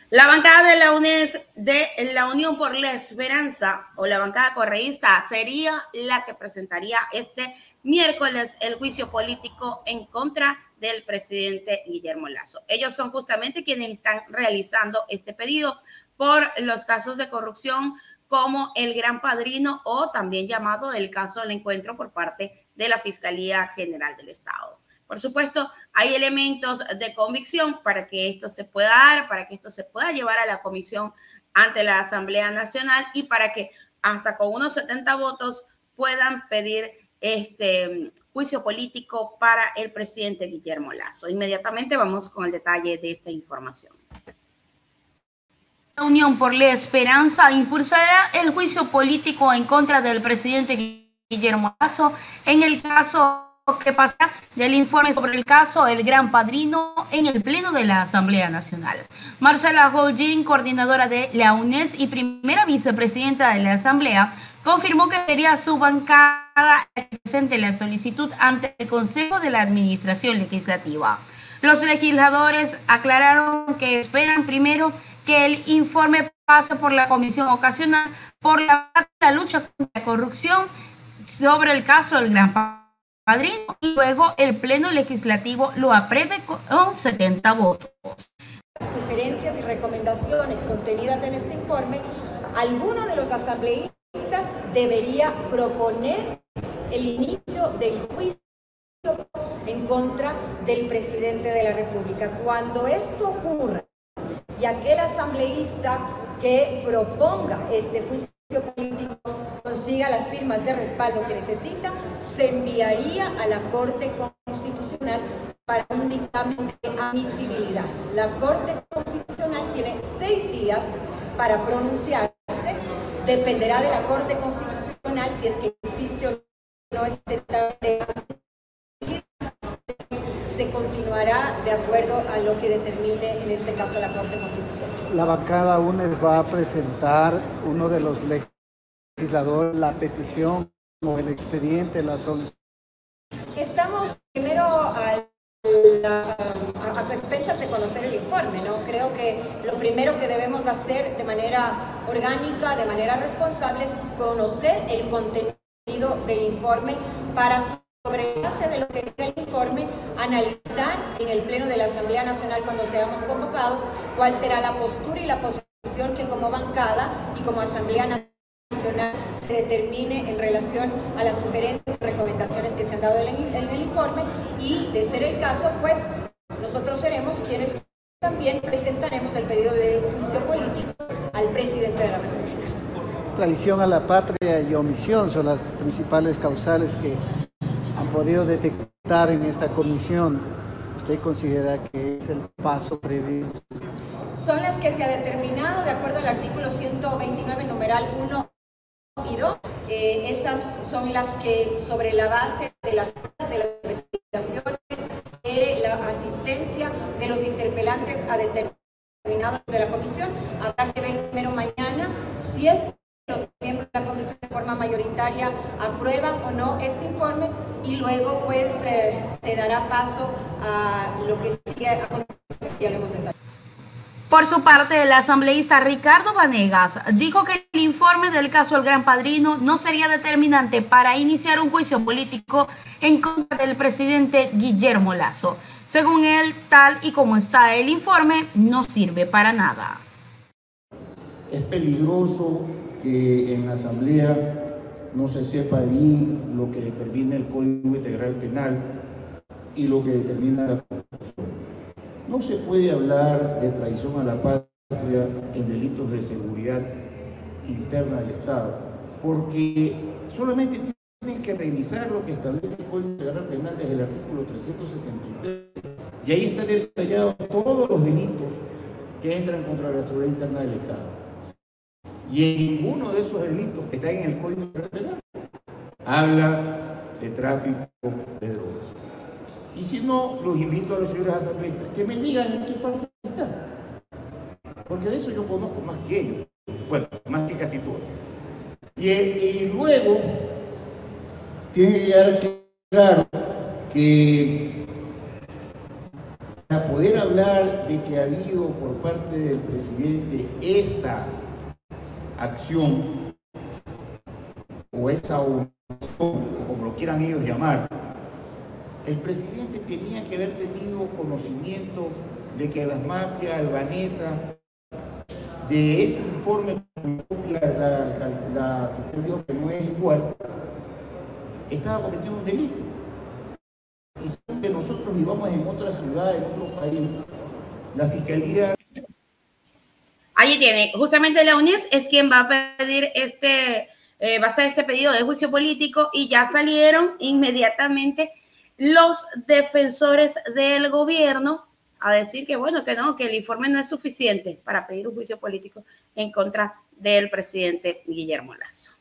La bancada de la Unión por la Esperanza o la bancada correísta sería la que presentaría este miércoles el juicio político en contra del presidente Guillermo Lasso. Ellos son justamente quienes están realizando este pedido por los casos de corrupción como el Gran Padrino o también llamado el caso del encuentro por parte de la Fiscalía General del Estado. Por supuesto, hay elementos de convicción para que esto se pueda dar, para que esto se pueda llevar a la comisión ante la Asamblea Nacional y para que hasta con unos 70 votos puedan pedir este juicio político para el presidente Guillermo Lasso. Inmediatamente vamos con el detalle de esta información. La Unión por la Esperanza impulsará el juicio político en contra del presidente Guillermo Lasso en el caso que pasa del informe sobre el caso El Gran Padrino en el Pleno de la Asamblea Nacional. Marcela Holguín, coordinadora de la UNES y primera vicepresidenta de la Asamblea, confirmó que sería su bancada la que presente la solicitud ante el Consejo de la Administración Legislativa. Los legisladores aclararon que esperan primero que el informe pase por la Comisión Ocasional por la lucha contra la corrupción sobre el caso del Gran Padrino y luego el Pleno Legislativo lo apruebe con 70 votos. Sugerencias y recomendaciones contenidas en este informe, alguno de los asambleístas debería proponer el inicio del juicio en contra del presidente de la República. Cuando esto ocurra y aquel asambleísta que proponga este juicio político consiga las firmas de respaldo que necesita, se enviaría a la Corte Constitucional para un dictamen de admisibilidad. La Corte Constitucional tiene 6 días para pronunciarse. Dependerá de la Corte Constitucional si es que existe o no este tarea. Se continuará de acuerdo a lo que determine en este caso la Corte Constitucional. La bancada UNES va a presentar uno de los legisladores la petición o el expediente, la solicitud. Estamos primero a expensas de conocer el informe, ¿no? Creo que lo primero que debemos hacer de manera orgánica, de manera responsable, es conocer el contenido del informe para sobre base de lo que diga el informe, analizar en el Pleno de la Asamblea Nacional cuando seamos convocados cuál será la postura y la posición que como bancada y como Asamblea Nacional se determine en relación a las sugerencias y recomendaciones que se han dado en el informe, y de ser el caso, pues nosotros seremos quienes también presentaremos el pedido de juicio político al presidente de la República. Traición a la patria y omisión son las principales causales que han podido detectar en esta comisión. ¿Usted considera que es el paso previo? Son las que se ha determinado de acuerdo al artículo 129, numeral 1 y 2. Esas son las que, sobre la base de las investigaciones, de la asistencia de los interpelantes a determinados de la comisión, habrá que ver primero mañana si es los miembros de la comisión de forma mayoritaria aprueban o no este informe, y luego pues se dará paso a lo que sigue a continuación, ya lo hemos detallado. Por su parte, el asambleísta Ricardo Vanegas dijo que el informe del caso El Gran Padrino no sería determinante para iniciar un juicio político en contra del presidente Guillermo Lasso. Según él, tal y como está el informe, no sirve para nada. Es peligroso que en la Asamblea no se sepa bien lo que determina el Código Integral Penal y lo que determina la Constitución. No se puede hablar de traición a la patria en delitos de seguridad interna del Estado, porque solamente tienen que revisar lo que establece el Código Integral Penal desde el artículo 363, y ahí están detallados todos los delitos que entran contra la seguridad interna del Estado. Y en ninguno de esos delitos que están en el Código Penal habla de tráfico de drogas. Y si no, los invito a los señores asambleístas que me digan en qué parte están, porque de eso yo conozco más que ellos, bueno, más que casi todos. Y luego tiene que quedar claro que poder hablar de que ha habido por parte del presidente esa acción o esa omisión, o como lo quieran ellos llamar, el presidente tenía que haber tenido conocimiento de que las mafias albanesas, de ese informe que la fiscal dijo que no es igual, estaba cometiendo un delito. Y si que nosotros vivamos en otra ciudad, en otro país, la fiscalía... Ahí tiene, justamente la UNES es quien va a pedir va a hacer este pedido de juicio político, y ya salieron inmediatamente los defensores del gobierno a decir que bueno, que no, que el informe no es suficiente para pedir un juicio político en contra del presidente Guillermo Lasso.